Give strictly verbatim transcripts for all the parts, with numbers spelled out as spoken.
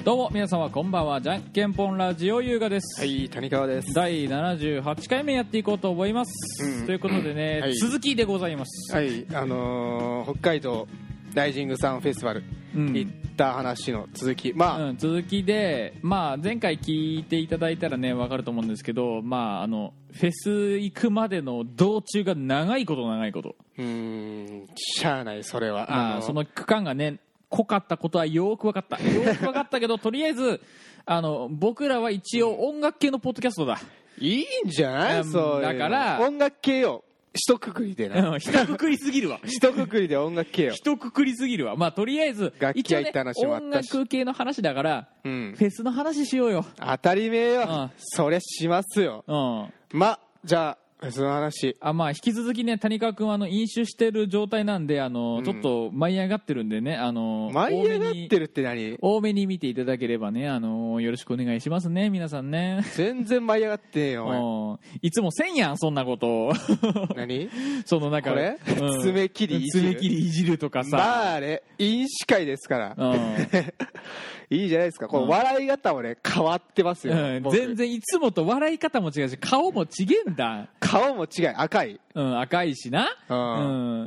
どうも皆様こんばんは。じゃんけんぽんラジオ優雅です。 はい、谷川です。 だいななじゅうはちかいめやっていこうと思います、うん、ということでね、はい、続きでございます。 はい、あのー、北海道ライジングサンフェスティバル行った話の続き、まあ、 うん、続きで、まあ、前回聞いていただいたらね分かると思うんですけど、まあ、あのフェス行くまでの道中が長いこと長いことうーんしゃあないそれは、 まあ、その区間がね濃かったことはよく分かったよく分かったけどとりあえずあの僕らは一応音楽系のポッドキャストだ。 いいんじゃない、うん、そういうだから音楽系よ。一括りでな一括りすぎるわ一括りで音楽系よ。 一括りすぎるわ。まあとりあえず楽器屋行った話もあったし、 ね、音楽系の話だから、うん、フェスの話しようよ。 当たり前よ、うん、それしますよ、うん、まじゃあフェスの話。 あ、まあ引き続きね谷川君はあの飲酒してる状態なんであの、うん、ちょっと舞い上がってるんでねあの舞い上がってるって何多めに見ていただければねあのよろしくお願いしますね皆さんね。 全然舞い上がってねえよいつもせんやんそんなこと何そのなんかこれ、うん、爪切りいじる爪切りいじるとかさ、 まああれ飲酒会ですから、うん、いいじゃないですか。この笑い方もね変わってますよ、うん、 全然いつもと笑い方も違うし顔も違えんだ。 顔も違い赤い、 うん、赤いしな、うん、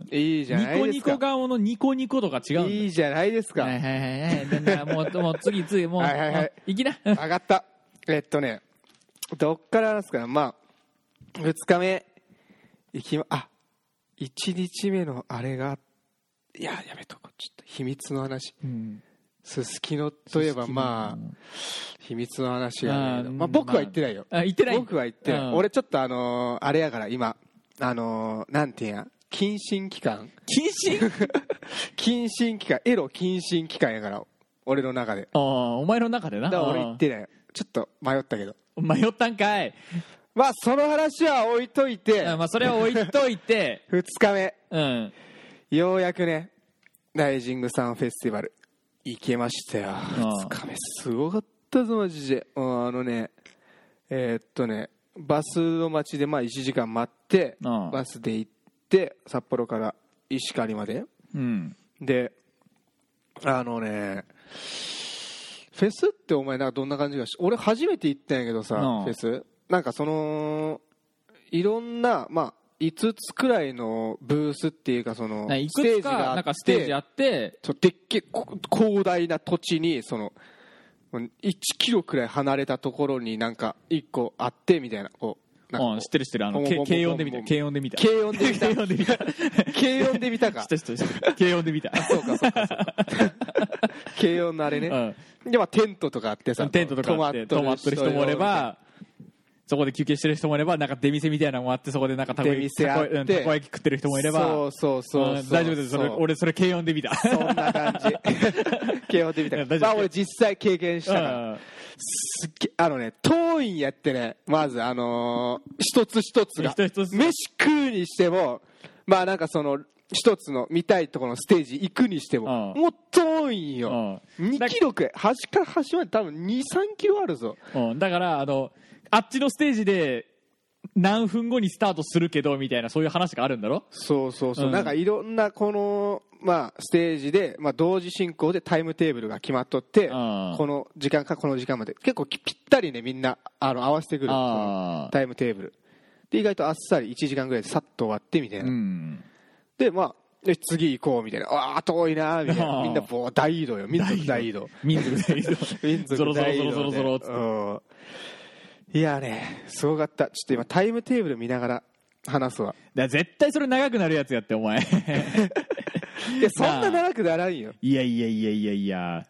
いいじゃないですか。 ニコニコ顔のニコニコとか違うんだ。 いいじゃないですか。 はいはいはいはいもうもう次次もうはいはいはい行きな上がったえっとねどっからなんですかね。まあふつかめ行きまあいちにちめのあれがいややめとこうちょっと秘密の話、うんすすきのといえばまあ秘密の話が、ねまあ、僕は言ってないよ、 まあ、言ってない僕は言ってない、うん、俺ちょっとあのー、あれやから今あのー、なんていうんや謹慎期間謹慎謹慎期間エロ謹慎期間やから俺の中で。 ああお前の中でな。 だから俺言ってないちょっと迷ったけど。 迷ったんかい。 まあその話は置いといてあまあそれは置いといてふつかめ、 うん、 ようやくねライジングサンフェスティバル行けましたよ。ふつかめすごかったぞマジで。あのねえー、っとねバスの待ちでまあいちじかん待ってバスで行って札幌から石狩まで、うん、であのねフェスってお前なんかどんな感じがし俺初めて行ったんやけどさフェスなんかそのいろんなまあいつつくらいのブースっていうかそのステージがあってステージあってでっけ広大な土地にそのいちキロくらい離れたところになんかいっこあってみたいなこうなんかこう、 うん、知ってる知ってるあの軽音で見た軽音で見た軽音で見た軽音で見た軽音で見たか知ってる知ってる軽音で見たそうかそうかそうか軽音のあれね、うん、でまあテントとかあってさテントとかあって泊まってる人もおればそこで休憩してる人もいればなんか出店みたいなのもあってそこでなんかたこ焼きたこ焼き食ってる人もいればそうそうそうそう、 うん、大丈夫ですそれ俺それ軽音で見たそんな感じ軽音で見たまあ俺実際経験したから、うん、すっげあのね遠いんやってねまずあのー、一つ一つが一つ一つ飯食うにしてもまあなんかその一つの見たいところのステージ行くにしても、うん、もう遠いんよ、うん、にキロくらい端から端まで多分 にさんキロあるぞ、 うん、だからあのあっちのステージで何分後にスタートするけどみたいなそういう話があるんだろ。 そうそうそう、うん、なんかいろんなこの、まあ、ステージで、まあ、同時進行でタイムテーブルが決まっとって、うん、この時間かこの時間まで結構ぴったりねみんなあの合わせてくるタイムテーブルで意外とあっさりいちじかんぐらいでさっと終わってみたいな、うん、でまあで次行こうみたいなああ遠いなみたいなみんなもう大移動よ民族大移動民族大移動民族大移動ゾロゾロゾロゾロいやねすごかった。ちょっと今タイムテーブル見ながら話すわ。 だ絶対それ長くなるやつやってお前いやそんな長くならんよ。 いやいやいやいやいや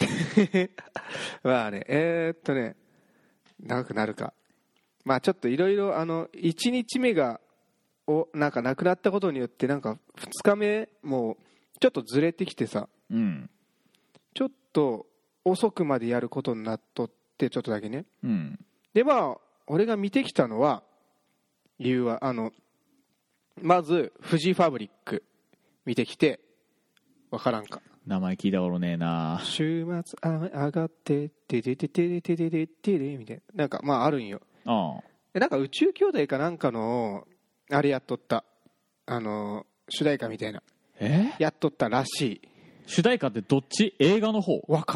まあねえー、っとね長くなるかまあちょっといろいろあのいちにちめがおなんかなくなったことによってなんかふつかめもちょっとずれてきてさ、うん、ちょっと遅くまでやることになっとってちょっとだけね、うんでまあ俺が見てきたのは理由はあのまずフジファブリック見てきてわからんか名前聞いたことねえな。 週末雨上がっててててててててててみたいななんかまああるんよ。ああなんか宇宙兄弟かなんかのあれやっとったあの主題歌みたいなえやっとったらしい。 主題歌ってどっち映画の方わからん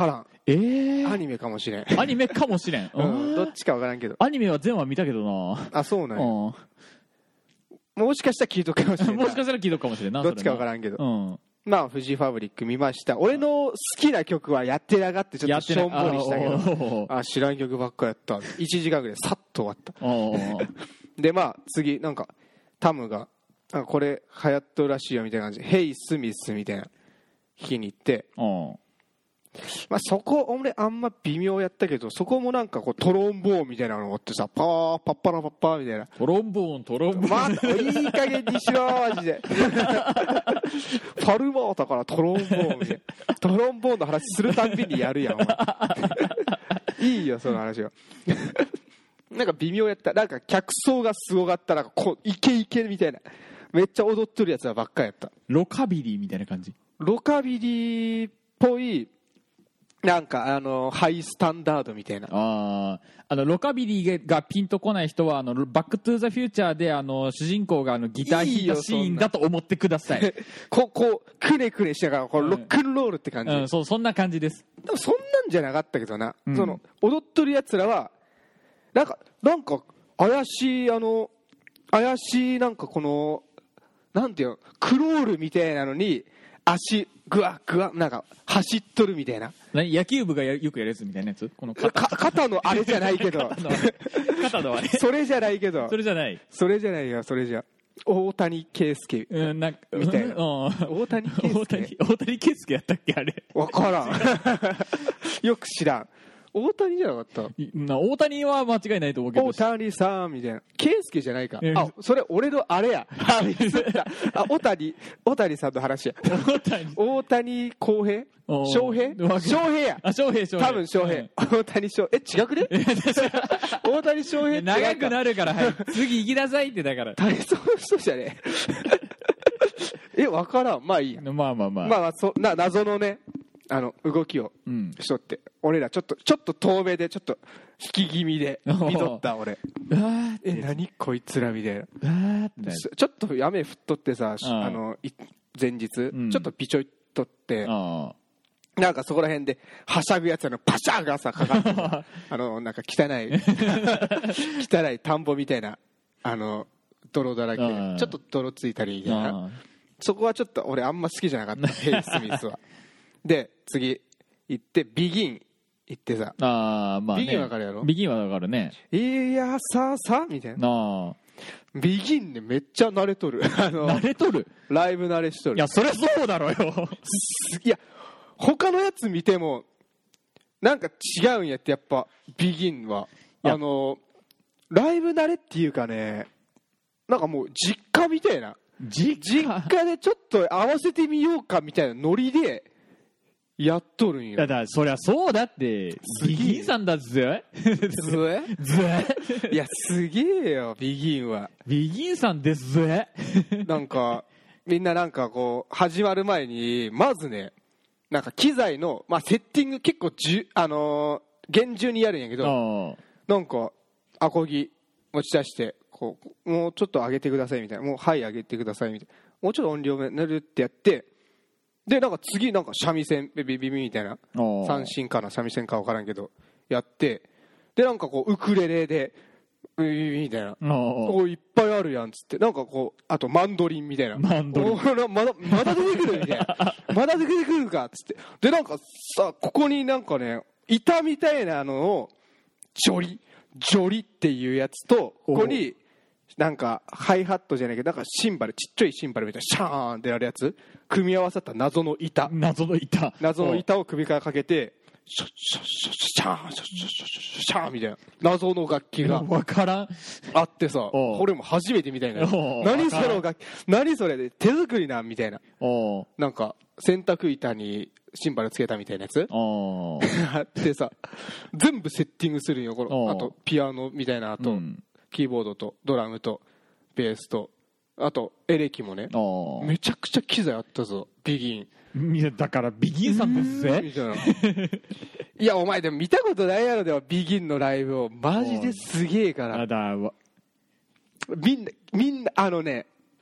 えー、 アニメかもしれん。 アニメかもしれん、 うん、どっちか分からんけど。 アニメは全話見たけどな。 あ、そうなんや。 うんもしかしたら聞いとくかもしれん。 もしかしたら聞いとくかもしれんな。 どっちか分からんけど、 うん、 まあフジファブリック見ました。俺の好きな曲はやってながってちょっとしょんぼりしたけど、あ知らん曲ばっかやった。いちじかんぐらいさっと終わったでまあ次なんかタムがなんかこれ流行っとるらしいよみたいな感じでヘイスミスみたいな聞きに行って、まあ、そこ俺あんま微妙やったけど、そこもなんかこうトロンボーンみたいなのがあってさ、パーパッパラパッパーみたいな。 トロンボーントロンボーン、 またいい加減にしろマジでパルマーだからトロンボーンみたいな。トロンボーンの話するたんびにやるやんお前いいよその話はなんか微妙やった。なんか客層がすごかった。なんかこうイケイケみたいな、めっちゃ踊ってるやつらばっかりやった。 ロカビリーみたいな感じ。 ロカビリーっぽいなんかあのハイスタンダードみたいな。 ああのロカビリーがピンとこない人はあのバックトゥーザフューチャーであの主人公があのギター弾いたシーンだと思ってください。 ここうくねくねしながらこうロックンロールって感じ、 うんうん、そうそんな感じです。 でもそんなんじゃなかったけどな、うん、その踊っとるやつらはなんかなんか怪しいあの怪しいなんかこのなんていうのクロールみたいなのに足グワグワなんか走っとるみたいな。 何野球部がよくやるやつみたいなやつ。この肩肩のあれじゃないけど肩のあれ肩のあれそれじゃないけどそれじゃないそれじゃないよそれじゃ大谷圭介みたいな、うん、大谷圭介大谷大谷圭介やったっけあれ。 分からんよく知らん。大谷じゃなかったな。大谷は間違いないと思うけど。 大谷さんみたいな。圭介じゃないか。あ、それ俺のあれや。あ、大谷大谷さんの話や。大谷大谷浩平翔平翔平や。 あ、翔平翔平。 多分翔平。うん、大谷翔え違くね？大谷翔平長くなるからはい次行きなさいってだから。 体操の人じゃねえ。え分からん。まあいいや。 まあまあまあ。 まあそな謎のね。あの動きをしとって、うん、俺らちょっとちょっと遠目でちょっと引き気味で見とった俺。え何こいつらみたいな。ちょっと雨降っとってさあの前日、うん、ちょっとピチョイとってなんかそこら辺ではしゃぐやつのパシャーがさかかってあのなんか汚い汚い田んぼみたいなあの泥だらけでちょっと泥ついたりみたいな。そこはちょっと俺あんま好きじゃなかったヘイスミスは。で次行ってビギン行ってさあ、まあね、 ビギンわかるやろ。 ビギンはわかるね。 いやささみたいな。あビギンでめっちゃ慣れとるあの慣れとるライブ慣れしとる。 いやそりゃそうだろよいや他のやつ見てもなんか違うんやって。やっぱビギンはあのライブ慣れっていうかねなんかもう実家みたいな実 家, 実家でちょっと合わせてみようかみたいなノリでやっとるんよ。 だからそりゃそうだってビギンさんだぜぜぜいやすげえよビギンは。 ビギンさんですぜなんかみんななんかこう始まる前にまずねなんか機材の、まあ、セッティング結構じゅ、あのー、厳重にやるんやけどなんかアコギ持ち出してこうもうちょっと上げてくださいみたいな。もうはい上げてくださいみたいな。もうちょっと音量なるってやってでなんか次なんか三味線ビビビビみたいな三振かな三味線か分からんけどやってでなんかこうウクレレでビビビみたいなおいっぱいあるやんっつってなんかこうあとマンドリンみたいなマンドリンまだまだ出てくるみたいなまだ出てくるかっつってでなんかさここになんかね板みたいなのをジョリジョリっていうやつとここになんかハイハットじゃないけどなんかシンバルちっちゃいシンバルみたいなシャーンってやるやつ組み合わさった謎の板謎の板謎の板を首からかけてシャッシャッシャッシャーンシャッシャッシャッシャーンみたいな謎の楽器が分からんあってさこれも初めてみたいな何その楽器何それで手作りなんみたいななんか洗濯板にシンバルつけたみたいなやつあってさ全部セッティングするんよこのあとピアノみたいなあと、うんキーボードとドラムとベースとあとエレキもねめちゃくちゃ機材あったぞビギン。 いやだからビギンさんですぜみたいな。 いやお前でも見たことないやろではビギンのライブをマジですげえから。 だわみんなみんなあのね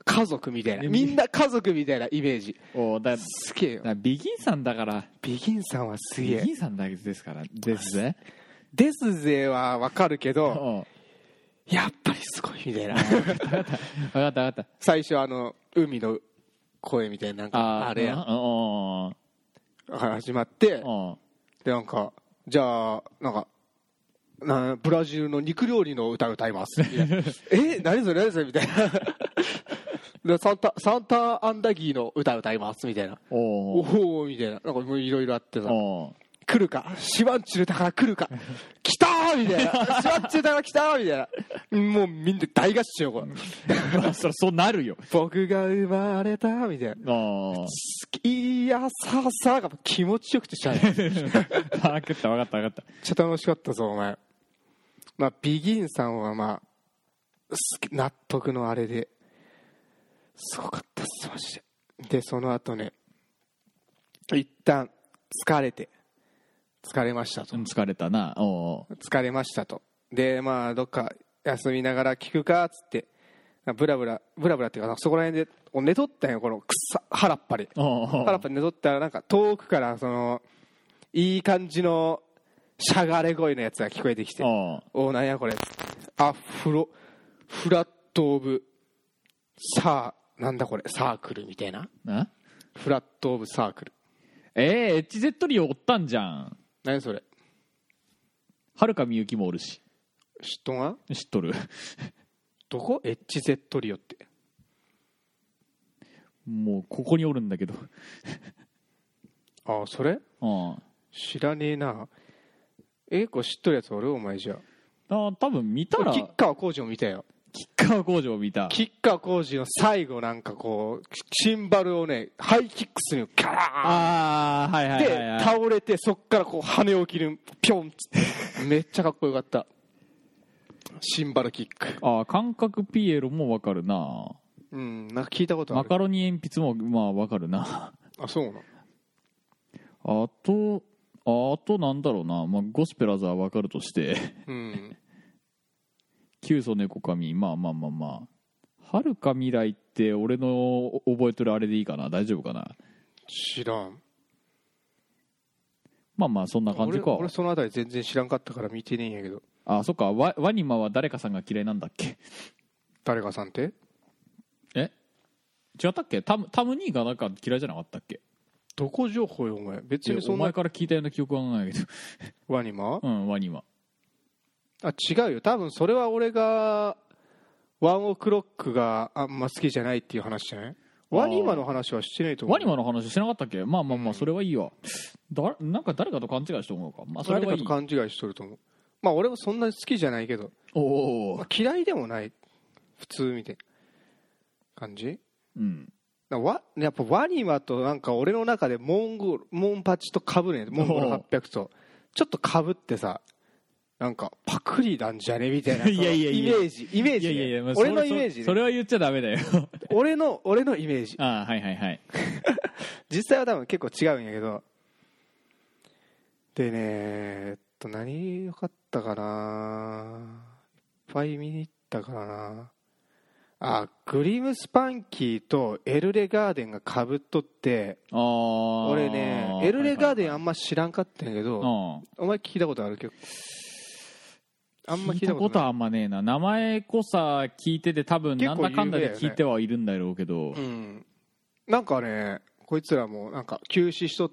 家族みたいな、 ねみんな家族みたいなイメージ。 おだすげえよ。 だビギンさんだからビギンさんはすげえ。 ビギンさんだけですからですぜ。 ですぜはわかるけど、 おやっぱりすごいみたいな。 分かった分かった分かった。 最初あの海の声みたいな、なんかああれやお始まっておでなんかじゃあなんかなブラジルの肉料理の歌歌いますみたいなえ何それ何それみたいなでサンタサンタアンダギーの歌歌いますみたいなおおおおみたいな、なんかもういろいろあってさ、 お来るかシワンチュル宝来るか来たーみたいなシワンチュル宝来たーみたいな、もうみんな大合唱これまあそりゃそうなるよ。 僕が生まれたみたいな、 おいやささが気持ちよくてしゃあないめっ分かった分かった分かったちゃ楽しかったぞお前。まあビギンさんはまあ好き納得のあれですごかったっすマジで。でその後ね一旦疲れて疲れましたと、 疲れたな。おお疲れましたと。でまあどっか休みながら聞くかっつってブラブラブラブラっていうかそこら辺で寝とったんよ、このくっさ腹っぱりお腹っぱり寝とったらなんか遠くからそのいい感じのしゃがれ声のやつが聞こえてきて、 おおなんやこれ、あフロフラットオブさあなんだこれサークルみたいな、 なフラットオブサークル、 えー、エッチゼットリオおったんじゃん。 何それはるかみゆきもおるし。 知っとんが知っとるどこエッジゼットリオって。 もうここにおるんだけどああそれうん知らねえな。えこれ知っとるやつおるお前じゃあ。 あ多分見たら吉川晃司も見たよ。 吉川工場を見た。 吉川晃司の最後なんかこうシンバルをねハイキックするよガラーンああはいはいはい、はい、 で倒れてそっからこう跳ね起きるピョンっつってめっちゃかっこよかった。シンバルキック。 ああ感覚ピエロもわかるな。 うんなんか聞いたことある。 マカロニ鉛筆もまあわかるな。 あそうなの。 あとあとなんだろうな、まあ、ゴスペラーズはわかるとしてうんキュウソネコカミまあまあまあまあはるか未来って俺の覚えてるあれでいいかな、大丈夫かな。 知らん。 まあまあそんな感じか。 俺, 俺そのあたり全然知らんかったから見てねえんやけど。 あそっか、ワワニマは誰かさんが嫌いなんだっけ。 誰かさんってえ違ったっけ。タムタムニーがなんか嫌いじゃなかったっけ。 どこ情報よお前。別にそんなお前から聞いたような記憶はないけどワニマうんワニマあ違うよ多分それは俺がワンオクロックがあんま好きじゃないっていう話じゃない。ワニマの話はしてないと思う。 ワニマの話してなかったっけ。まあまあまあそれはいいわ。だなんか誰かと勘違いして思うか。まあそれはいい。 誰かと勘違いしとると思う。まあ俺もそんなに好きじゃないけど、 おお、 まあ、嫌いでもない普通みたいな感じ。 うんだわやっぱワニマとなんか俺の中でモンゴルモンパチと被るね。モンゴルはっぴゃくとちょっと被ってさ、なんかパクリなんじゃねみたいな。 いやいやいやイメージイメージ、ね、 いやいやいや、まあ、 俺のイメージ、ね、 それは言っちゃダメだよ俺の俺のイメージ。 ああはいはいはい実際は多分結構違うんやけど。でねえっと何良かったかな、いっぱい見に行ったからなあ。グリムスパンキーとエルレガーデンがかぶっとって、 あ俺ねエルレガーデンあんま知らんかったんやけど、 はいはいはい、 お前聞いたことあるけど。あんま聞いたことはあんまねえな。名前こさ聞いてて多分なんだかんだで聞いてはいるんだろうけど、 うん、なんかねこいつらもなんか休止しとって、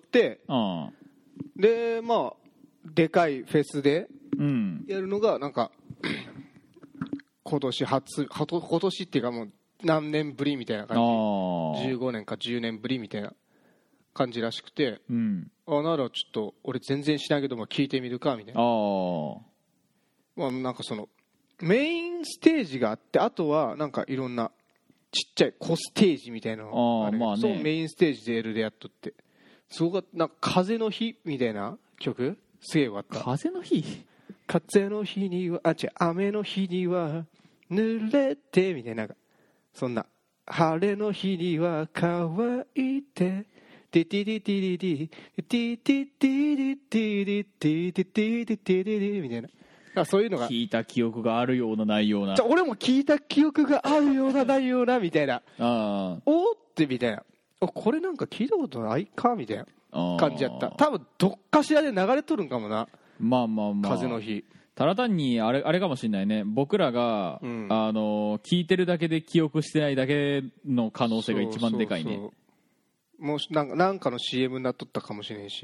うん、 でまあでかいフェスでやるのがなんか、うん、今年初今年っていうかもう何年ぶりみたいな感じ、じゅうごねんかじゅうねんぶりみたいな感じらしくて、 うん、 あならちょっと俺全然知らんけども聞いてみるかみたいな。あまあなんかそのメインステージがあって、あとはなんかいろんなちっちゃいコステージみたいなのがある。 まあね、 そうメインステージで L でやっとって、そこがなんか風の日みたいな曲すげえよかった。 風の日風の日にはあ違う雨の日には濡れてみたいな、なんかそんな晴れの日には乾いてティティティティティティティティティティティティティティティティティみたいな。 らそういうのが聞いた記憶があるようなないような。 じゃ俺も聞いた記憶があるようなないようなみたいなあおーってみたいな、これなんか聞いたことないかみたいなあ感じやった。多分どっかしらで流れとるんかもな。 まあまあまあ風の日ただ単にあれあれかもしれないね。僕らが、うん、あの聞いてるだけで記憶してないだけの可能性が一番でかいね。そうそうそう、 もうなんかなんかの シーエム になっとったかもしれんし、 うん、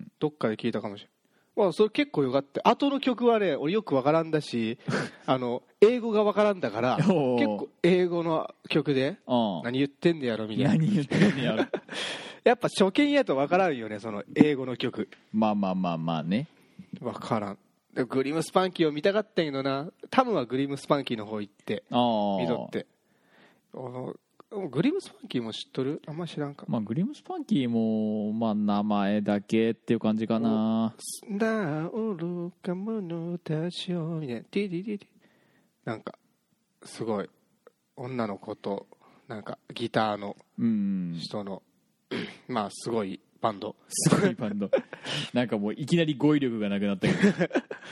どっかで聞いたかもしれん。まあ、それ結構よかった。後の曲はね俺よくわからんだしあの英語がわからんだから結構英語の曲で何言ってんねやろみたいな。 何言ってんねやろやっぱ初見やとわからんよね、その英語の曲。 まあまあまあまあね、 わからん。でグリムスパンキーを見たかったんやけどな。多分はグリムスパンキーの方行って見とって。あのグリムスパンキーも知っとる？あんま知らんか。 まあグリムスパンキーもまあ名前だけっていう感じかな。 だおるか者たちをみたいなティディディディ、なんかすごい女の子となんかギターの人の、うん、まあすごいバンド。 すごいバンド。なんかもういきなり語彙力がなくなったけど。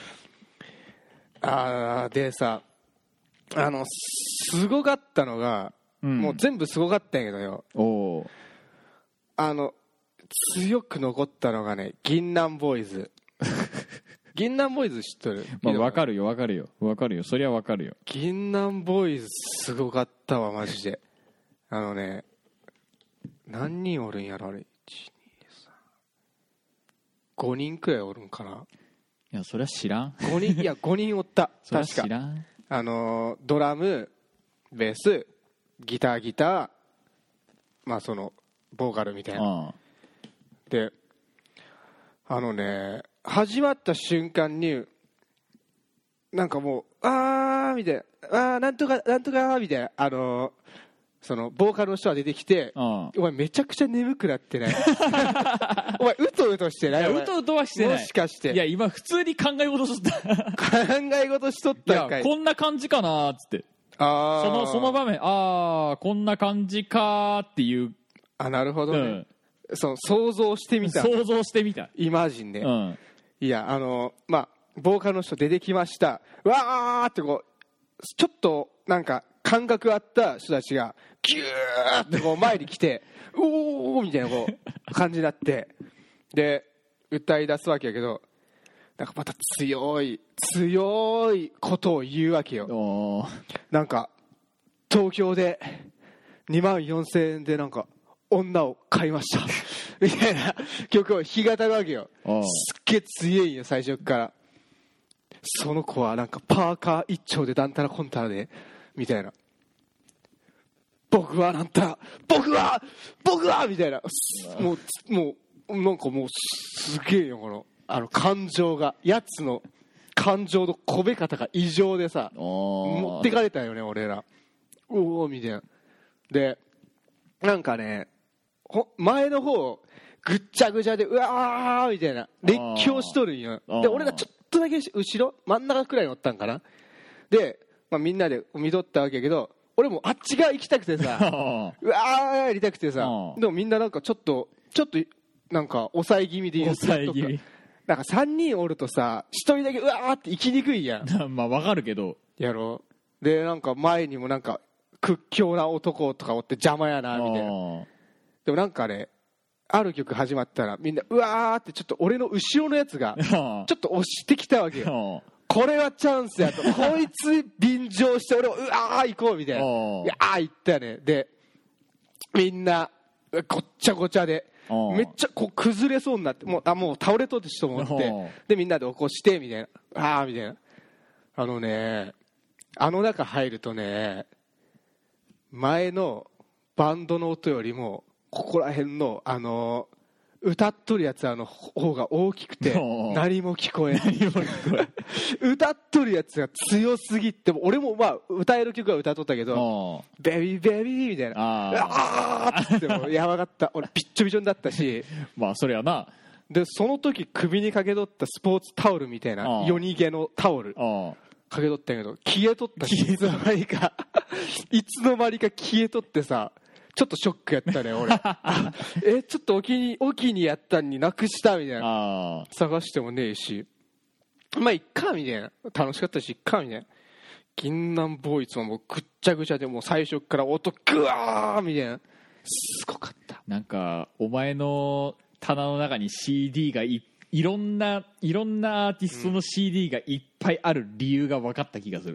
あーでさ、あのすごかったのが。うん、もう全部すごかったんやけどよ。 おあの強く残ったのがね、銀杏ボーイズ。銀杏ボーイズ知っとる？ まあ分かるよ分かるよ分かるよ、そりゃ分かるよ。 銀杏ボーイズすごかったわマジで。あのね、何人おるんやろあれ、いち、に、さん、ごにんくらいおるんかな。 いやそりゃ知らん。 ごにん、いやごにんおった。 そりゃ知らん。 確かあのドラム、ベース、ギターギター、まあそのボーカルみたいな。で、あのね、始まった瞬間になんかもうあーみたいな、あーなんとかなんとかみたいな、あのそのボーカルの人が出てきて、お前めちゃくちゃ眠くなってない？お前うとうとしてない？ いやうとうとはしてない。 もしかして。 いや今普通に考え事しとった。 考え事しとったんかい。 いやこんな感じかなーっつって。 あそのその場面、ああこんな感じかーっていう。 あ、なるほどね、うん、その想像してみた。 想像してみた。 イマジンね、 うん、 いやあのまあボーカルの人出てきました。わーってこうちょっとなんか感覚あった人たちがキューってこう前に来ておーみたいなこう感じになってで歌い出すわけやけど、なんかまた強い強いことを言うわけよ。なんか東京でにまんよんせんえんでなんか女を買いましたみたいな曲を弾き語るわけよ。すっげえ強いよ最初から。その子はなんかパーカー一丁でダンタラコンタラでみたいな、僕はなんたら僕は僕はみたいな、もうもうなんかもうすげえよ、このあの感情が、やつの感情のこべ方が異常でさ、持ってかれたよね俺ら。おおみたいな。でなんかね、ほ前の方ぐっちゃぐちゃでうわーみたいな熱狂しとるんよ。で俺がちょっとだけ後ろ真ん中くらいにおったんかな。で、まあ、みんなで見とったわけやけど、俺もあっち側行きたくてさうわーやりたくてさ、でもみんななんかちょっとちょっとなんか抑え気味で言うとか、なんかさんにんおるとさひとりだけうわーって行きにくいやん。 まあわかるけどやろ。でなんか前にもなんか屈強な男とかおって邪魔やなみたいな。でもなんかね、ある曲始まったらみんなうわーってちょっと俺の後ろのやつがちょっと押してきたわけよ。これはチャンスやと、こいつ便乗して俺もうわー行こうみたいな、いやー行ったよね。でみんなごっちゃごちゃでめっちゃこう崩れそうになって、もうあもう倒れとって人もおって、でみんなで起こしてみたいな、あーみたいな。あのね、あの中入るとね、前のバンドの音よりもここら辺のあの歌っとるやつあの方が大きくて何も聞こえない歌っとるやつが強すぎて、俺もまあ歌える曲は歌っとったけどベビーベビーみたいな、ああーってもうやばかった。俺ピッチョピチョになったしまあそりゃな。 でその時首にかけとったスポーツタオルみたいな夜逃げのタオルかけとったんやけど消えとったし、いつの間にかいつの間にか消えとってさ、ちょっとショックやったね俺えちょっとお気にお気にやったんになくしたみたいな、探してもねえし。 まあいっかみたいな、楽しかったしいっかみたいな。銀杏ボーイズはもうぐっちゃぐちゃで、もう最初から音グワーみたいな、すごかった。 なんかお前の棚の中に シーディー が い, いろんないろんなアーティストの シーディー がいっぱいある理由が分かった気がする。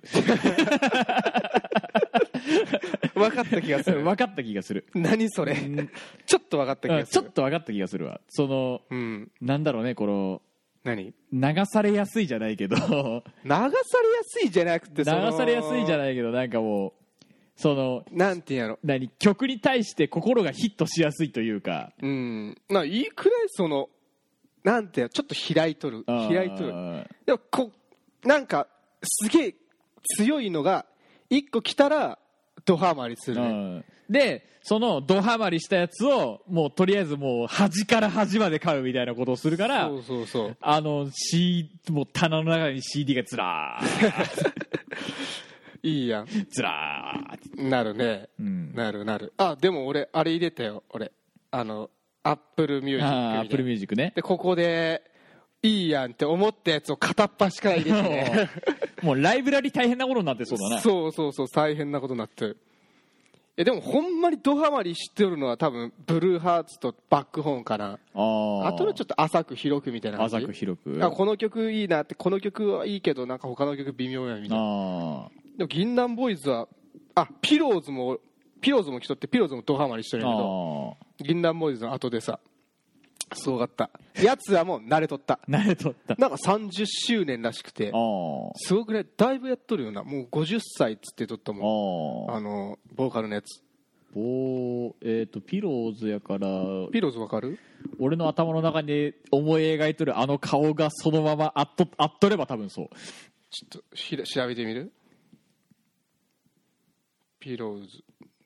分かった気がする。 分かった気がする。 何それ。ちょっと分かった気がする。 ちょっと分かった気がするわ。その、うん、なんだろうね、この何流されやすいじゃないけど流されやすいじゃなくて、 流されやすいじゃないけど、なんかもうそのなんていうんやろ、 何曲に対して心がヒットしやすいというか、 うん、まあいいくらいそのなんていうちょっと開いとる開いとる。でもこなんかすげえ強いのが一個来たらドハマりするね。 でそのドハマりしたやつをもうとりあえずもう端から端まで買うみたいなことをするから、 そうそうそう、 あの C もう棚の中に シーディー がずらーいいやん、 ずらーなるね、うん、なるなる。あでも俺あれ入れたよ、俺あのアップルミュージックみたいな。 アップルミュージックね。 でここでいいやんって思ったやつを片っ端から入れてねもうライブラリ大変なことになってそうだな。 そうそうそう、大変なことになってる。えでもほんまにドハマりしてるのは多分ブルーハーツとバックホーンかな。あとはちょっと浅く広くみたいな感じ。 浅く広く、 あこの曲いいなって、この曲はいいけどなんか他の曲微妙やみたいな。あでも銀杏ボーイズはあピローズもピローズも来とって、ピローズもドハマりしてるんやけど、銀杏ボーイズの後でさすごかった。やつはもう慣れとった慣れとったなんかさんじゅっしゅうねんらしくて、すごくね、だいぶやっとるよな。もうごじゅっさいっつってとったもん、あのボーカルのやつ。 ボーえっ、ー、とピローズやから。 ピローズわかる？ 俺の頭の中に思い描いとるあの顔がそのままあっとあっとれば多分そう。 ちょっとひら調べてみる？ピローズ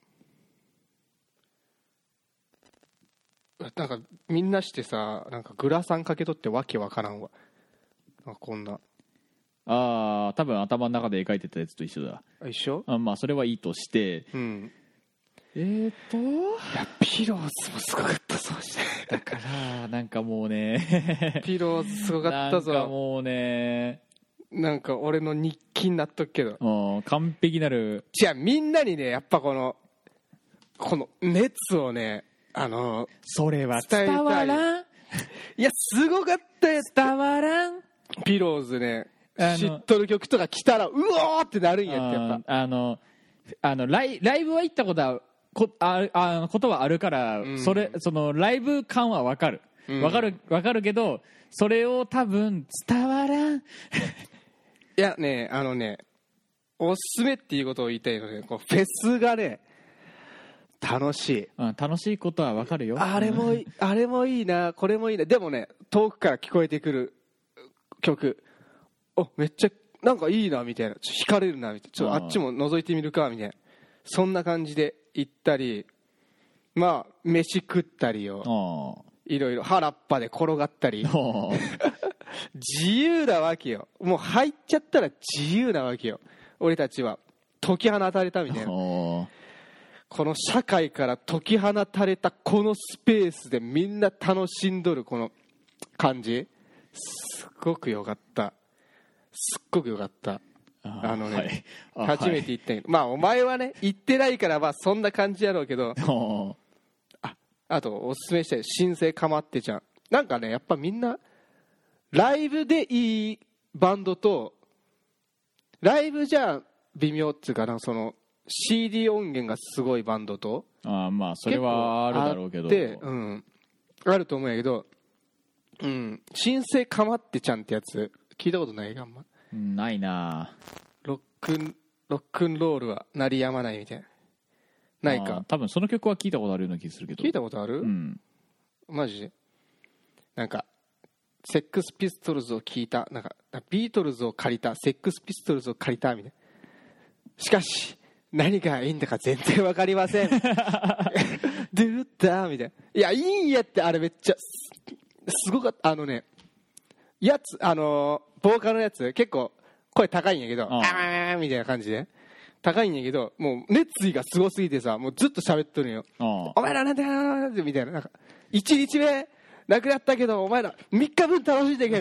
なんかみんなしてさ、なんかグラサンかけとってわけわからんわ。なんかこんな。 ああ、多分頭の中で描いてたやつと一緒だ。 一緒？ あまあそれはいいとして、うん、えーっといやピローズもすごかったぞ。 だからなんかもうねピローズすごかったぞ。 なんかもうね、 なんか俺の日記になっとくけど、 うん、完璧なる。 じゃあみんなにね、やっぱこのこの熱をね、あのそれは伝わらん。 いやすごかったよ、 伝わらん。 ピローズね、知っとる曲とか来たらうおーってなるんやって。やっぱあのあのライライブは行ったことはこ あ, あのことはあるから、うん、それそのライブ感は分かる分かる分かるけど、それを多分伝わらんいやね、あのね、おすすめっていうことを言いたいので、こうフェスがね楽しい、 うん、楽しいことは分かるよ。 あれもあれもいいな、これもいいな。でもね、遠くから聞こえてくる曲、おめっちゃなんかいいなみたいな、ちょっと惹かれるなみたいな、ちょっとあっちも覗いてみるかみたいな、そんな感じで行ったり、まあ飯食ったりをいろいろ原っぱで転がったり自由なわけよ。もう入っちゃったら自由なわけよ。俺たちは解き放たれたみたいな、この社会から解き放たれたこのスペースでみんな楽しんどるこの感じ、すっごくよかった。すっごくよかった。あ, あのね、はい、初めて行ったけど、はい、まあお前はね行ってないからまあそんな感じやろうけどあ, あとおすすめしたい新生かまってちゃん。なんかね、やっぱみんなライブでいいバンドと、ライブじゃ微妙っていうかな、その シーディー 音源がすごいバンドと、 あまあそれはあるだろうけど、 で、うん、あると思うんやけど、うん、新生かまってちゃんってやつ聞いたことないか？あんまないな。 ロックンロックンロールは鳴りやまないみたいな、ないか？ 多分その曲は聞いたことあるような気がするけど。 聞いたことある？うん、マジで。なんかセックスピストルズを聞いた、なんかビートルズを借りた、セックスピストルズを借りたみたいな。しかし何がいいんだか全然わかりませんドゥーダーみたいな。いやいいんやって、あれめっちゃすごかった。あのね、やつ、あのー、ボーカルのやつ結構声高いんやけど、ああみたいな感じで高いんやけど、もう熱意がすごすぎてさ、もうずっと喋っとるんよ。お前らなんてなんてみたいな、なんかいちにちめなくなったけどお前らみっかぶん楽しんでけみたいな。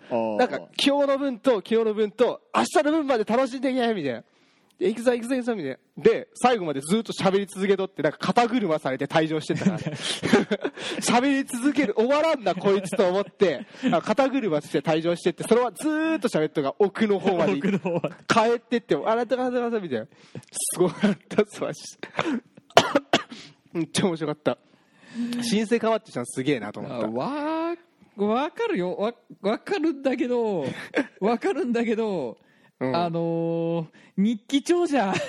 なんか今日の分と今日の分と明日の分まで楽しんでいけみたいな、で行くぞ行くぞ行くぞみたいな、で最後までずっと喋り続けとって、なんか肩車されて退場してたから喋り続ける、終わらんなこいつと思って肩車して退場してって、それはずーっと喋っとが奥の方まで帰ってってあなたがあなたがみたいな、すごかったっすわめっちゃ面白かった。新生かまってちゃんすげえなと思った。 わわかるよ、わわかるんだけどわかるんだけど、うん、あのー、日記帳じゃ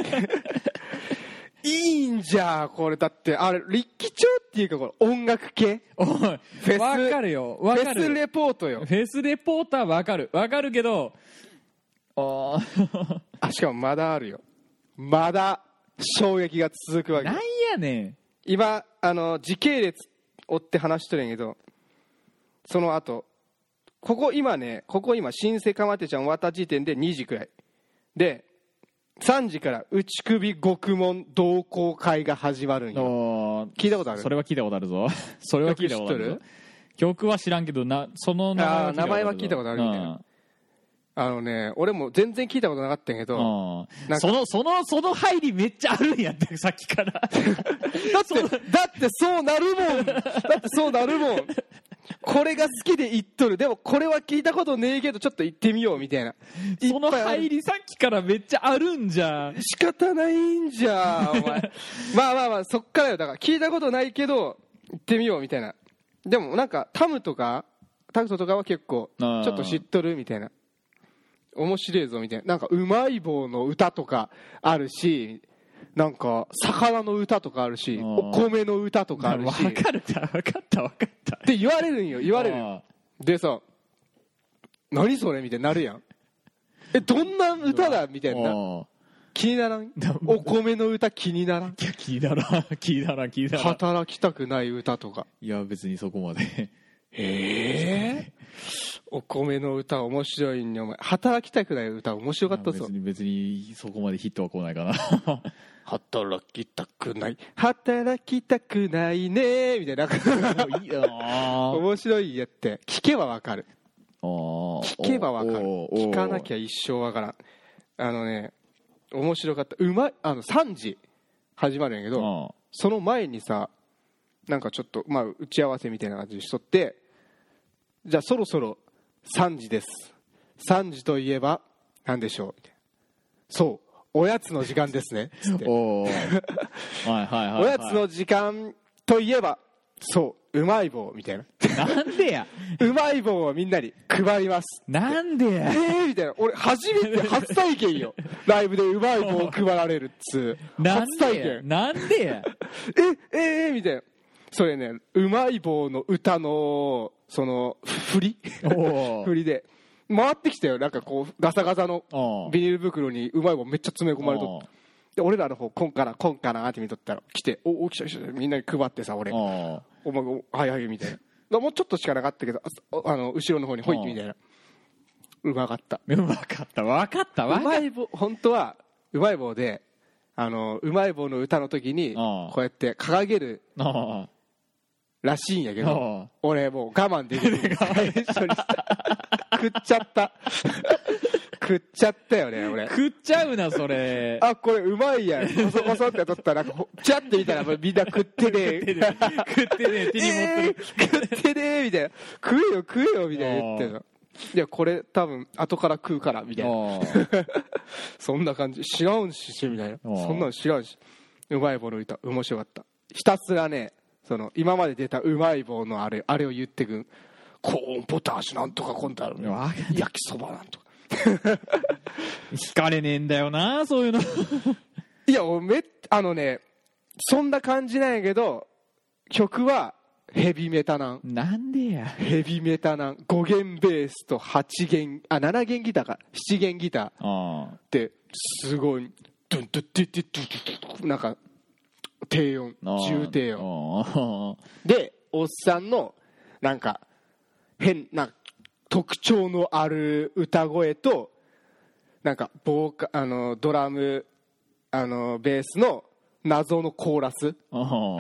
いいんじゃこれ、だってあれ日記帳っていうかこれ音楽系、 おいフェスわかるよ、わかる、 フェスレポートよ、 フェスレポーターわかるわかるけど、ああしかもまだあるよ、まだ衝撃が続くわけ。 なんやねん、 今あの時系列追って話しとるんやけど、その後ここ今ね、ここ今新生かまってちゃん終わった時点でにじくらいで、さんじから内首獄門同好会が始まるんよ。聞いたことある？ それは聞いたことあるぞそれは聞いたことあるぞ。曲は知らんけどな、その名前は名前は聞いたことあるみたいな。あのね、俺も全然聞いたことなかったんやけど、 なんかそのそのその入りめっちゃあるんやってさっきからだってだってそうなるもんだってそうなるもんこれが好きで言っとる、でもこれは聞いたことねえけどちょっと言ってみようみたいな、 その入りさっきからめっちゃあるんじゃ、 仕方ないんじゃお前まあまあまあそっからよ、だから聞いたことないけど言ってみようみたいな。でもなんかタムとかタクトとかは結構ちょっと知っとるみたいな、面白いぞみたいな、なんかうまい棒の歌とかあるし、なんか魚の歌とかあるし、お米の歌とかあるし、 分かるか分かった分かったって言われるんよ、言われるでさ、何それみたいになるやん、えどんな歌だみたいな、気にならん？お米の歌気にならん？ いや気にならん気にならん気にならん。 働きたくない歌とか、 いや別にそこまでへえお米の歌面白いんねお前。働きたくない歌面白かったぞ。 別に別にそこまでヒットは来ないかな働きたくない働きたくないねみたいないや面白いやって、聞けばわかる、聞けばわかる、聞かなきゃ一生わからん。あのね面白かった、うまい、あのさんじ始まるんやけど、その前にさなんかちょっとまあ打ち合わせみたいな感じしとって、じゃあそろそろさんじです、さんじといえば何でしょうみたいな、そうおやつの時間ですねつっておやつの時間といえばそううまい棒みたいな、 なんでやうまい棒をみんなに配ります、 なんでやえーみたいな、俺初めて初体験よライブでうまい棒を配られるっつう初体験、 なんでやええーみたいな、それねうまい棒の歌のその振り振りで回ってきたよ、なんかこうガサガサのビニール袋にうまい棒めっちゃ詰め込まれとって、で俺らの方コンかなコンかなって見とったら来て、おお来た来たみんなに配ってさ、俺お前はいはいみたいな、もうちょっとしかなかったけど、ああの後ろの方にほいみたいな、うまかったうまかった分かった分かった、うまい棒本当はうまい棒で、あのうまい棒の歌の時にこうやって掲げるらしいんやけど、俺もう我慢できる最初に食っちゃった食っちゃったよね俺。 食っちゃうなそれあこれうまいやん、コソコソって取ったらチャって見たらみんな食ってねえ食ってねえ手に持ってる、 えー、食ってねえみたいな、食えよ食えよみたいな言ってるの、いやこれ多分後から食うからみたいなそんな感じ、知らんしみたいな、そんなの知らんし、うまい棒の歌面白かった。ひたすらねその今まで出たうまい棒のあれあれを言ってくん、コーンポタージュなんとかこんだろ焼きそばなんとか惹かれねえんだよなそういうのいやめあのねそんな感じなんやけど、曲はヘビメタなん。 なんでやヘビメタなん。ご弦ベースとはち弦あなな弦ギターかなな弦ギターってすごいドゥンドゥッドゥッドゥッドゥッドゥッなんか低音重低音で、おっさんのなんか変な特徴のある歌声となんかボーカあのドラムあのベースの謎のコーラス、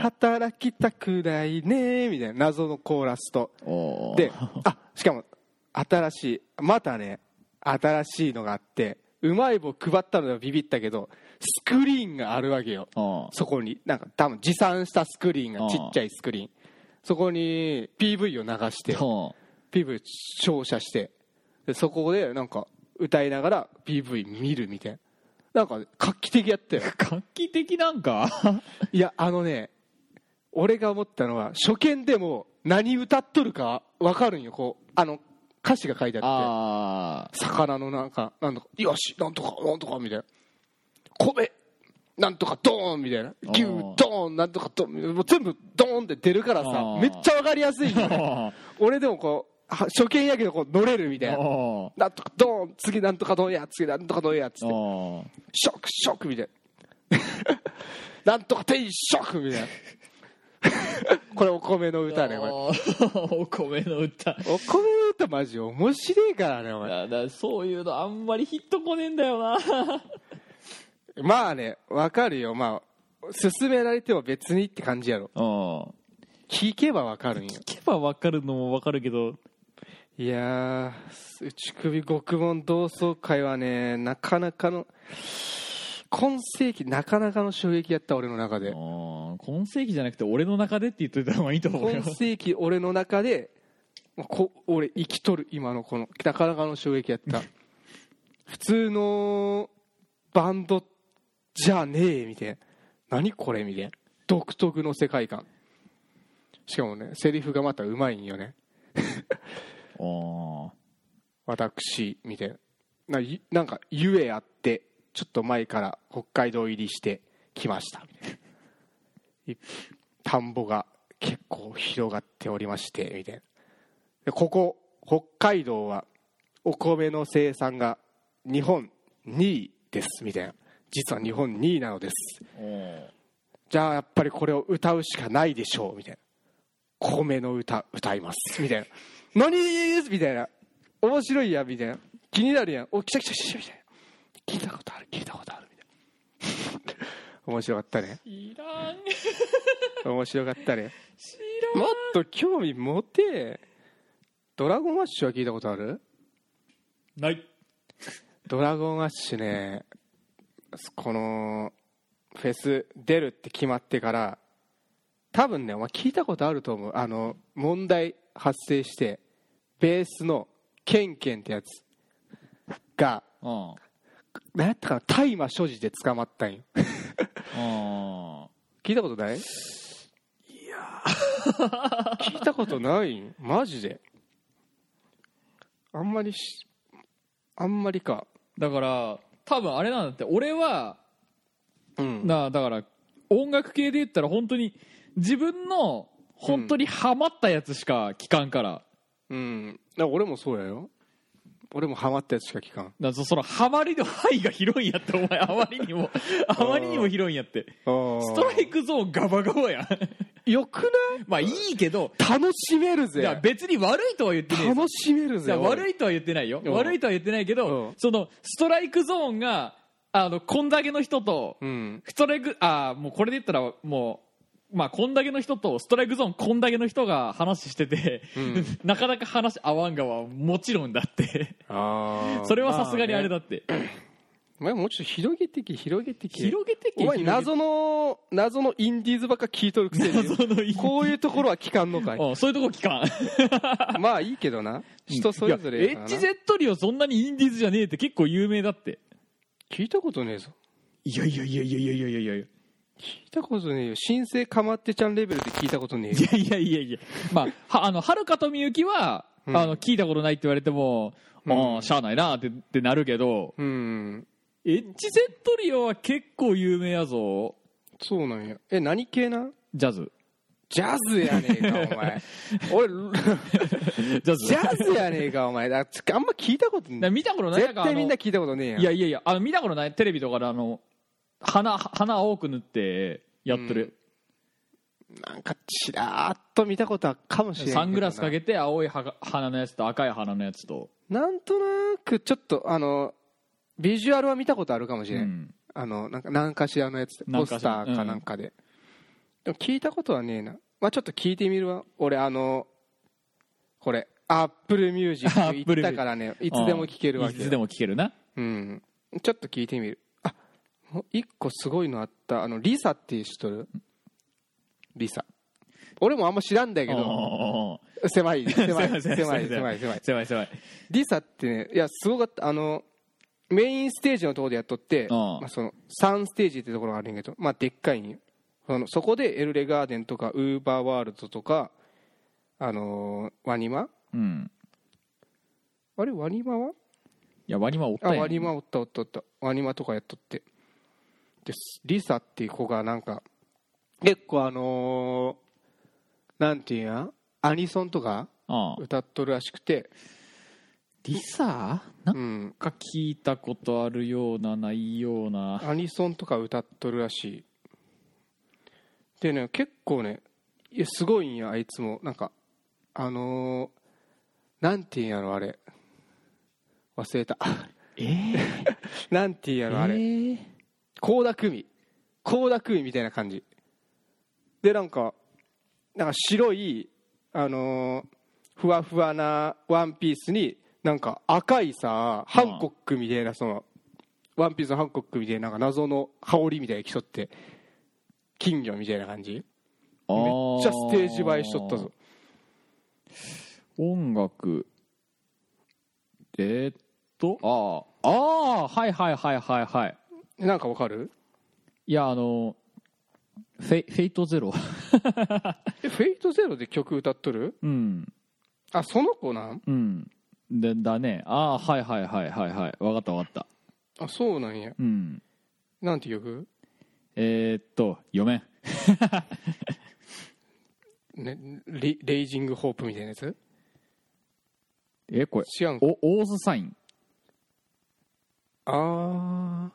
働きたくないねみたいな謎のコーラスとで、あしかも新しいまたね新しいのがあって、うまい棒配ったのでビビったけどスクリーンがあるわけよ。そこになんか多分持参したスクリーンがちっちゃいスクリーン、そこに ピーブイ を流して ピーブイ 照射して、でそこでなんか歌いながら ピーブイ 見るみたいな、なんか画期的やったよ。 画期的なんかいやあのね、俺が思ったのは初見でも何歌っとるか分かるんよ。こうあの歌詞が書いてあって、魚のなんかなんとかよしなんとかなんとかみたいな、米なんとかドーンみたいな、牛ドーンなんとかドーン、もう全部ドーンって出るからさ、めっちゃ分かりやすいよ俺でもこう初見やけどこう乗れるみたいな、なんとかドーン次なんとかドーンや次なんとかドーンやっつってショックショックみたいななんとかテンショックみたいなこれお米の歌ね。これお米の歌お米の歌マジ面白いからねお前。 だだそういうのあんまりヒットこねえんだよなまあね分かるよ。まあ勧められても別にって感じやろ。聞けば分かるんよ。 聞けば分かるのも分かるけど、 いやー内首獄門同窓会はねなかなかの今世紀なかなかの衝撃やった。俺の中で今世紀じゃなくて俺の中でって言っといた方がいいと思うよ。 今世紀俺の中でこ俺生きとる今のこのなかなかの衝撃やった普通のバンドじゃねえみたいな、何これみたいな独特の世界観、しかもねセリフがまたうまいんよね私みたいな、な、なんかゆえあってちょっと前から北海道入りしてきましたみたいな、田んぼが結構広がっておりましてみたいな、でここ北海道はお米の生産が日本にいですみたいな、実は日本にいなのです、じゃあやっぱりこれを歌うしかないでしょうみたいな、米の歌歌いますみたいな何ですみたいな、面白いやみたいな、気になるやん、お来た来た来たみたいな、聞いたことある聞いたことあるみたいな面白かったね。 いらん面白かったね。 知らん。 もっと興味持て。ドラゴンアッシュは聞いたことある？ ない。 ドラゴンアッシュね、このフェス出るって決まってから多分ねお前聞いたことあると思う。あの問題発生してベースのケンケンってやつが何やったかな、大麻所持で捕まったんよ聞いたことない？いや聞いたことないんマジで。あんまりしあんまりか。 だから多分あれなんだって。俺は、 うん、 なだから音楽系で言ったら本当に自分の本当にハマったやつしか聞かんから。 うん、うん、だから俺もそうやよ。俺もハマったやつしか聞かん。だからそのハマりの範囲が広いんやってお前あまりにもあまりにも広いんやって。ストライクゾーンガバガバやんよくない？ まあいいけど楽しめるぜ。 いや別に悪いとは言ってない。 楽しめるぜ。 悪いとは言ってないよ。悪いとは言ってないけど、そのストライクゾーンがあのこんだけの人と、うん、ストライクあもうこれで言ったらもうまあこんだけの人とストライクゾーンこんだけの人が話してて、うん、なかなか話合わんがはもちろんだってあそれはさすがにあれだって。まあね、 お前もうちょっと広げてき広げてき広げてき。 お前謎の謎のインディーズばっか聞いとるくせにこういうところは聞かんのかい。 ああそういうところ聞かんまあいいけどな、人それぞれやからな。 エッジゼットリオそんなにインディーズじゃねえって結構有名だって。聞いたことねえぞ。 いやいやいやいやいやいやいやいや聞いたことねえよ。新生かまってちゃんレベルで聞いたことねえよ。 いやいやいやいやまあはあの遥かとみゆきは、うん、あの聞いたことないって言われても、うん、ああしゃあないなってってなるけど、うんエッジゼットリオは結構有名やぞ。 そうなんや。え何系な？ ジャズ。 ジャズやねえかお前俺ジャズジャズやねえかお前。だあんま聞いたことない。 見たことない。 絶対みんな聞いたことねえやん。 いやいやいやあの見たことない。テレビとかであの鼻鼻青く塗ってやってる、 うん、なんかちらーっと見たことはかもしれない。 サングラスかけて青い鼻のやつと赤い鼻のやつとなんとなくちょっとあのビジュアルは見たことあるかもしれない、うん、あのなんか何かしらのやつポスターかなんかで、うん、でも聞いたことはねえな。まあちょっと聞いてみるわ。俺あのこれアップルミュージック行ったからねいつでも聴けるわけよ。 いつでも聴けるな。 うんちょっと聞いてみる。あもう一個すごいのあった。あのリサっていう人るリサ俺もあんま知らんだけど狭い狭い狭い狭い狭い狭い狭い狭いリサってねいやすごかった。あのメインステージのところでやっとって、まあ、そのさんステージってところがあるんやけど、まあ、でっかいんよ。そのそこでエルレガーデンとかウーバーワールドとか、あのー、ワニマ、 うん、 あれワニマはいやワニマおったやん。 あワニマおったおったおったワニマとかやっとってでリサっていう子がなんか結構あのー、なんていうんやアニソンとか歌っとるらしくて。 リサなんか聞いたことあるようなないような、 アニソンとか歌っとるらしい。でね結構ねいやすごいんやあいつも。なんかあのー、なんていうんやろあれ忘れたえー、 なんていうんやろあれ倖田來未倖田來未みたいな感じでなんかなんか白いあのー、ふわふわなワンピースになんか赤いさハンコックみたいなそのワンピースのハンコックみたいななんか謎の羽織みたいな着とって金魚みたいな感じ。めっちゃステージ映えしとったぞ。 音楽えー、っとああああはいはいはいはいはい。 なんかわかる？ いやあのフェイ、フェイトゼロえフェイトゼロで曲歌っとる？ うんあその子なん？ うんでだね。ああはいはいはいはいはい分かった分かった。 あそうなんや。 うんなんて曲？ えー、っと読めんね、レ, レイジングホープみたいなやつ？ えこれ違うんか。 おオーズサイン。 あ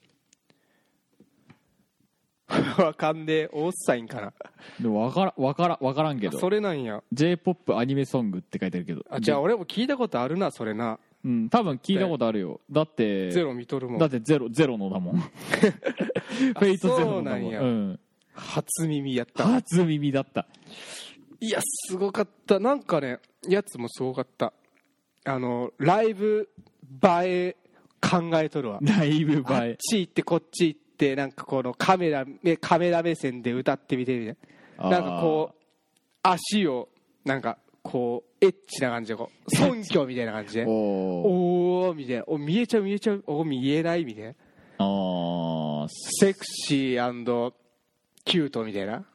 あわかんねえ。オーズサインかな。 でも分から分から分からんけどそれなんや。 J-ポップ アニメソングって書いてあるけど。 あじゃあ俺も聞いたことあるなそれな。 うん多分聞いたことあるよ。だってゼロ見とるもん。 だってゼロゼロのだもんフェイトゼロのだもん。 そうなんや、 うん、 初耳やった。 初耳だった。 いやすごかった。なんかねやつもすごかった。あのライブ映え考えとるわ。 ライブ映えあっち行ってこっち行ってなんかこのカメラカメラ目線で歌ってみてみたいな。なんかこう足をなんかこうエッチな感じでこう尊虚みたいな感じでおおみたいな。お見えちゃう見えちゃうお見えないみたいな。 あセクシー&キュートみたいな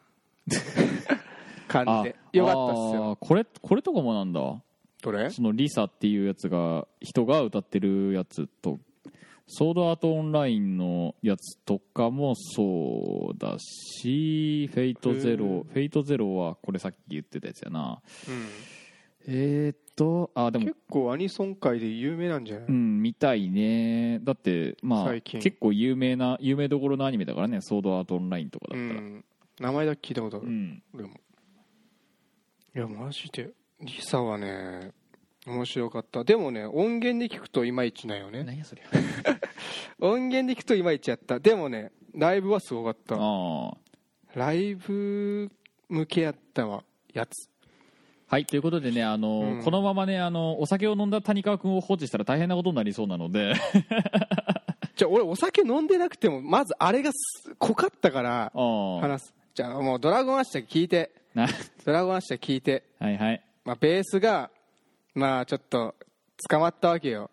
感じでよかったっすよ。 これこれとかもなんだ。 どれ？ そのリサっていうやつが人が歌ってるやつとソードアートオンラインのやつとかもそうだし、フェイトゼロフェイトゼロはこれさっき言ってたやつやな、うん、えー、っとあでも結構アニソン界で有名なんじゃない？ うんみたいね。だってまあ結構有名な有名どころのアニメだからね、ソードアートオンラインとかだったら、うん、 名前だけ聞いたことある、 うん、 でもいやマジでリサはね面白かった。でもね音源で聞くといまいちなんよね。 何やそりゃ音源で聞くといまいちやった。でもねライブはすごかった。 あライブ向けやったわやつ。 はいということでねあの、うん、このままねあのお酒を飲んだ谷川君を放置したら大変なことになりそうなのでじゃあ俺お酒飲んでなくてもまずあれが濃かったから話す。じゃあもうドラゴンアッシュ聞いてドラゴンアッシュ聞いてはいはい、 まあ、ベースがまあちょっと捕まったわけよ。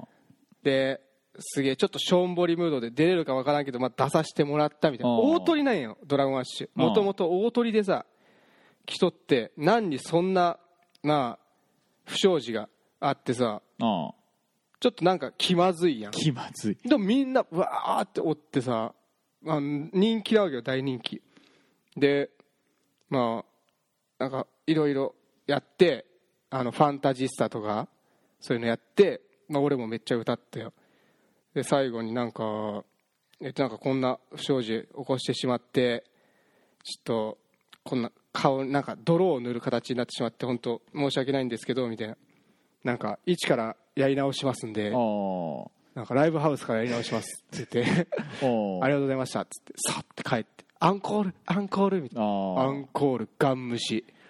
ですげえちょっとしょんぼりムードで出れるかわからんけど、まあ、出させてもらったみたいな。大鳥なんよドラゴンアッシュ。もともと大鳥でさ来とって何にそんなまあ不祥事があってさちょっとなんか気まずいやん。 気まずい。 でもみんなわーっておってさ、まあ、人気なわけよ大人気でまあなんかいろいろやってあのファンタジスタとかそういうのやって、まあ、俺もめっちゃ歌ったよ。で最後になんかえっとなんかこんな不祥事起こしてしまってちょっとこんな顔なんか泥を塗る形になってしまって本当申し訳ないんですけどみたいな。なんか一からやり直しますんでなんかライブハウスからやり直しますって言ってありがとうございましたっつってさって帰ってアンコールアンコールみたいな。アンコールガン無視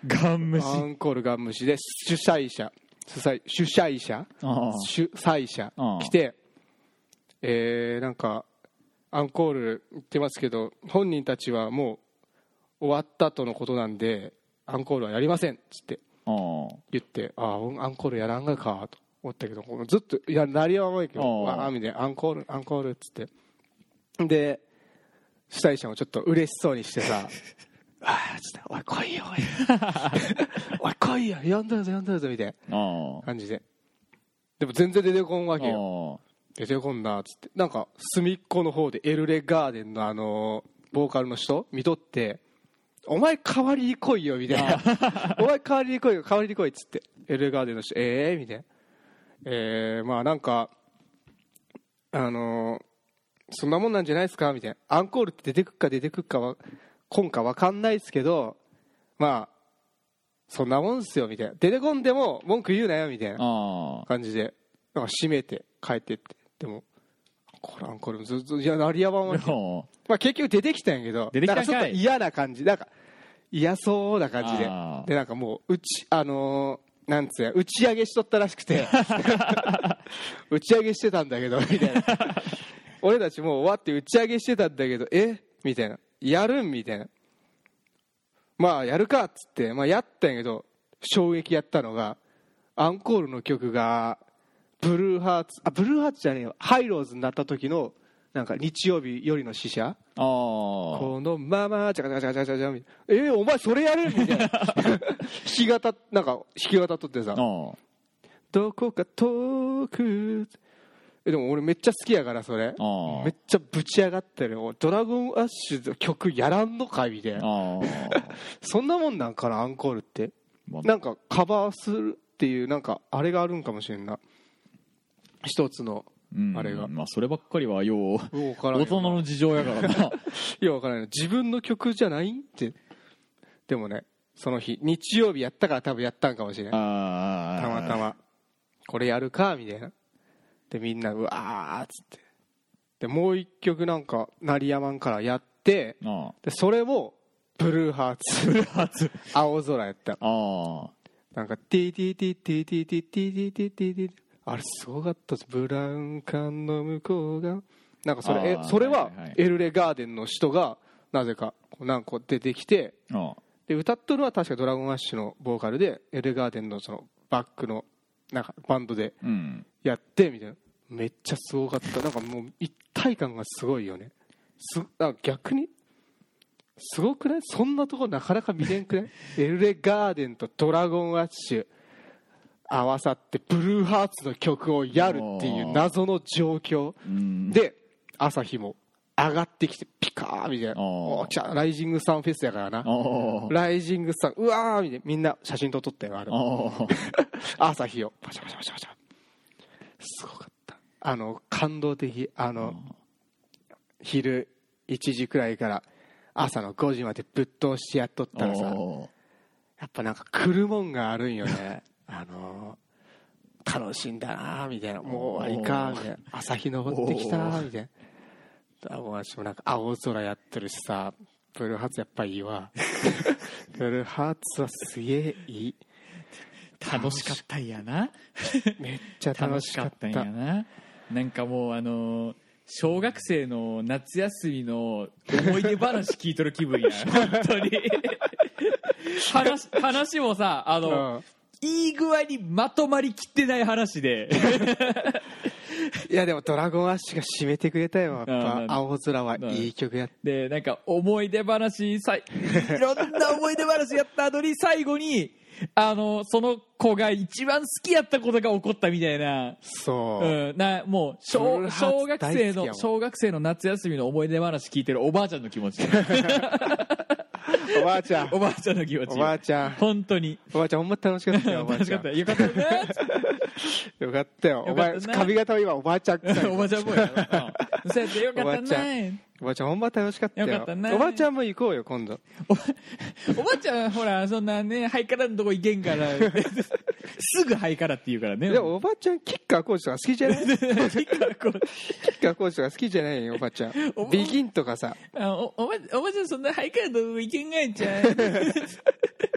ガン虫。 アンコールガン虫で主催者主催主催者主催者来て、えー、なんかアンコール言ってますけど本人たちはもう終わったとのことなんでアンコールはやりませんっつって言って、ああアンコールやらんがかと思ったけどずっといや鳴りやまいけどわあみたいなアンコールアンコールっつってで主催者もちょっと嬉しそうにしてさああつっておい来いよおいおい来いよ呼んだぞ呼んだぞみたいな感じででも全然出てこんわけよ。出てこんなっつってなんか隅っこの方でエルレガーデンのあのボーカルの人見とってお前代わりに来いよみたいなお前代わりに来いよ代わりに来いっつってエルレガーデンの人ええー、みたいなえー、まあなんかあのー、そんなもんなんじゃないですかみたいなアンコールって出てくっか出てくっかは今か分かんないですけどまあそんなもんっすよみたいな出てこんでも文句言うなよみたいな感じでなんか閉めて帰ってってでもこれアンコールずっといや鳴りやまんわけまあ結局出てきたんやけど出てきたんかいなんかちょっと嫌な感じなんか嫌そうな感じででなんかもううちあのー、なんつうや打ち上げしとったらしくて打ち上げしてたんだけどみたいな俺たちもう終わって打ち上げしてたんだけどえみたいなやるんみたいなまあやるかっつって、まあ、やったんやけど衝撃やったのがアンコールの曲がブルーハーツあブルーハーツじゃねえよハイローズになった時のなんか日曜日よりの使者このままチャカチャカチャカチャカチャみたいなえー、お前それやるみたいな弾き語なんか弾き語っとってさどこか遠くえでも俺めっちゃ好きやからそれめっちゃぶち上がってるドラゴンアッシュの曲やらんのかいみたいなそんなもんなんかなアンコールって、まあ、なんかカバーするっていうなんかあれがあるんかもしれんな一つのあれが、 まあそればっかりはよう大人の事情やからなよう分からない自分の曲じゃないってでもねその日日曜日やったから多分やったんかもしれないあたまたまこれやるかみたいなでみんなうわーっつってでもう一曲なんか鳴りやまんからやってでそれもブルーハーツブルーハーツ青空やったあなんかティティティティティティティティティティティあれすごかったですブラウン管の向こうがなんかそれえそれはエルレガーデンの人がなぜか何個出てきてで歌っとるのは確かドラゴンアッシュのボーカルでエルレガーデンのそのバックのなんかバンドでやってみたいなめっちゃすごかったなんかもう一体感がすごいよねすなんか逆にすごくないそんなとこなかなか見れんくないエルレガーデンとドラゴンアッシュ合わさってブルーハーツの曲をやるっていう謎の状況で朝日も上がってきてピカーみたいなおじゃライジングサンフェスやからなライジングサンうわーみたいなみんな写真撮ったよあれ朝日をパシャパシャパシャパシャすごかったあの感動的あの昼いちじくらいから朝のごじまでぶっ通してやっとったらさやっぱなんか来るもんがあるんよねあの楽しいんだなみたいなもう終わりかみたいな朝日昇ってきたみたいなもう私もなんか青空やってるしさブルーハーツやっぱいいわブルーハーツはすげえいい楽しかったんやなめっちゃ楽しかったんやななんかもうあの小学生の夏休みの思い出話聞いとる気分や本当に話, 話もさあの、うんいい具合にまとまりきってない話でいやでもドラゴンアッシュが締めてくれたよやっぱ青空はいい曲やってでなんか思い出話さいろんな思い出話やった後に最後にあのその子が一番好きやったことが起こったみたいなそう、 うん、なもう 小, 小学生の小学生の夏休みの思い出話聞いてるおばあちゃんの気持ちおばあちゃんおばあちゃんの気持ちおばあちゃん本当におばあちゃんほんま楽しかったよおばあちゃんよかったよねよかったよお前髪型は今おばあちゃん臭いおばあちゃんっぽいよ、うん、そうやってよかったねおばあちゃんほんま楽しかったよよかったねおばあちゃんも行こうよ今度お, おばあちゃんほらそんなねハイカラのとこ行けんからすぐハイカラって言うからねでもおばあちゃんキッカーコーチとか好きじゃないキッカーコーチキッカーコーチとか好きじゃないよおばあちゃんビギンとかさあ お, お, ばおばあちゃんそんなハイカラのとこ行けんがいちゃん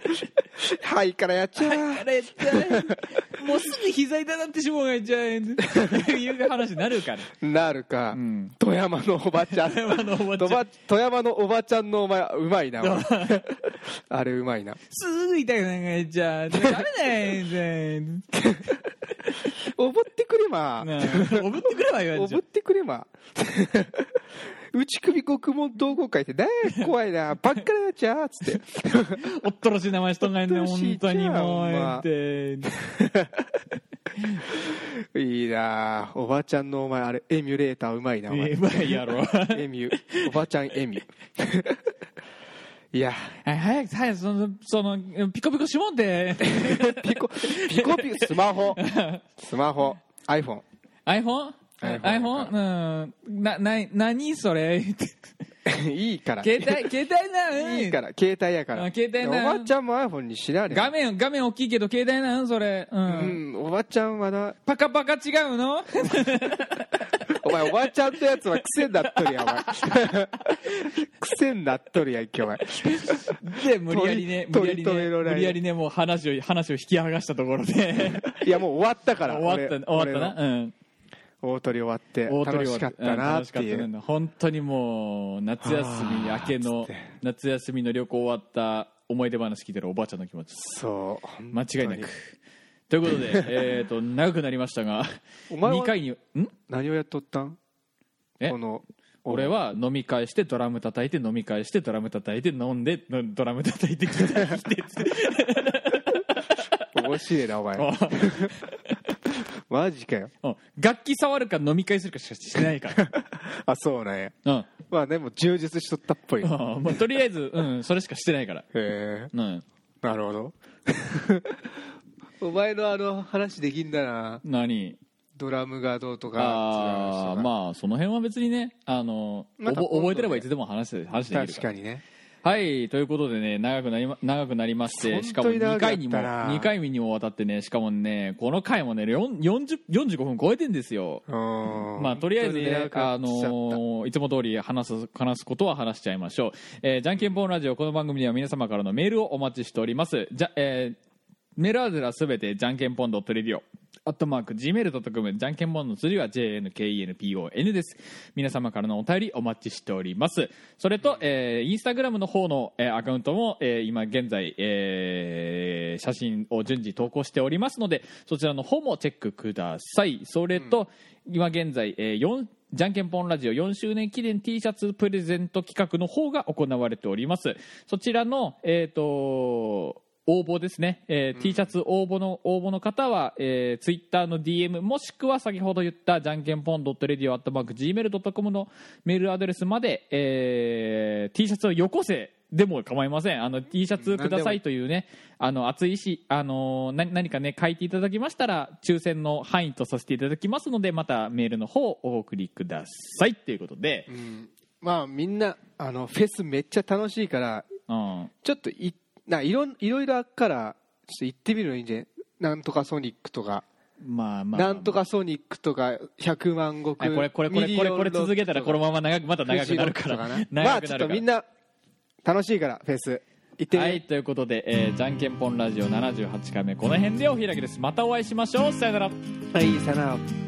はいからやっちゃうあれもうすぐ膝痛なってしもうがいちゃういう話になるからなるか、うん、富山のおばちゃん富山のおばちゃん富山のおばちゃんのお前うまいなあれうまいなすぐ痛くなっちゃうダメだよおぶってくれまおぶってくれまおぶってくれま内首獄門統合会ってだい怖いなばっかりなっちゃうつっておっとろしい名前しとんがいね本当にもう、まあ、 いいなおばちゃんのお前あれエミュレーターうまいなお前うまいやろエミュおばちゃんエミュいや早く早くそのそのピコピコしもんでピコピコピコスマホスマホ iPhone iPhone iPhone うんなな何それいいから携帯携帯ないいから携帯やから携帯なおばちゃんも iPhone にしなれ画面画面大きいけど携帯なんそれうん、 うん、おばちゃんはなパカパカ違うのお前おばちゃんってやつは癖になっとるやんお前癖になっとるやん今日お前で無理やりね無理やりね無理やりねもう話を話を引き剥がしたところでいやもう終わったから終わった終わったなうん大鳥終わって楽しかったなっていう、 うん、本当にもう夏休み明けの夏休みの旅行終わった思い出話聞いてるおばあちゃんの気持ちそう間違いなくということでえっと長くなりましたがお前はにかいにん何をやっとったんえこの俺は飲み会してドラム叩いて飲み会してドラム叩いて飲んでドラム叩いてギター弾いて面白いなお前マジかよ、 うん、楽器触るか飲み会するかしかしてないからあそうなんや、 うん、 まあでも充実しとったっぽい、うん、 もうとりあえず、うん、それしかしてないからへえ、うん、なるほどお前のあの話できんだな何ドラムがどうとかああまあその辺は別にねあの、ま、覚えてればいつでも話して話できるから確かにねはいということでね長くなりま長くなりましてしかもにかいにもにかいにもわたってねしかもねこの回もねよんじゅう よんじゅうごふん超えてんですよ。まあとりあえずねあのいつも通り話す話すことは話しちゃいましょう。えー、じゃんけんぽんラジオこの番組では皆様からのメールをお待ちしております。じゃ、えー、メールアドレスはすべてじゃんけんぽん .radioアットマーク ジーメール ドットコム じゃんけんぽんの釣りは ジェーエヌケーイーエヌピーオーエヌ です。皆様からのお便りお待ちしております。それと、えー、インスタグラムの方の、えー、アカウントも、えー、今現在、えー、写真を順次投稿しておりますのでそちらの方もチェックください。それと、うん、今現在、えー、よんじゃんけんぽんラジオよんしゅうねん記念 T シャツプレゼント企画の方が行われております。そちらのえっ、ー、と応募ですね、えーうん、T シャツ応募の応募の方は、えー、ツイッターの ディーエム もしくは先ほど言ったじゃんけんぽん .radio アットマーク ジーメール ドットコム のメールアドレスまで、えー、T シャツをよこせでも構いません。あの T シャツくださいというねあの熱いしあの何何かね書いていただきましたら抽選の範囲とさせていただきますのでまたメールの方をお送りくださいということで、うん、 まあみんなあのフェスめっちゃ楽しいから、うん、ちょっといないろいろいろあっからちょっと行ってみるのいいんじゃないなんとかソニックとか、 まあまあ、 なんとかソニックとかひゃくまんごくこれこれこれこれこれ続けたらこのまま長くまた長くなるからまあちょっとみんな楽しいからフェス行ってみる。 はいということで、えー、じゃんけんぽんラジオななじゅうはちかいめこの辺でお開きです。またお会いしましょう。さよなら。 はいさよなら。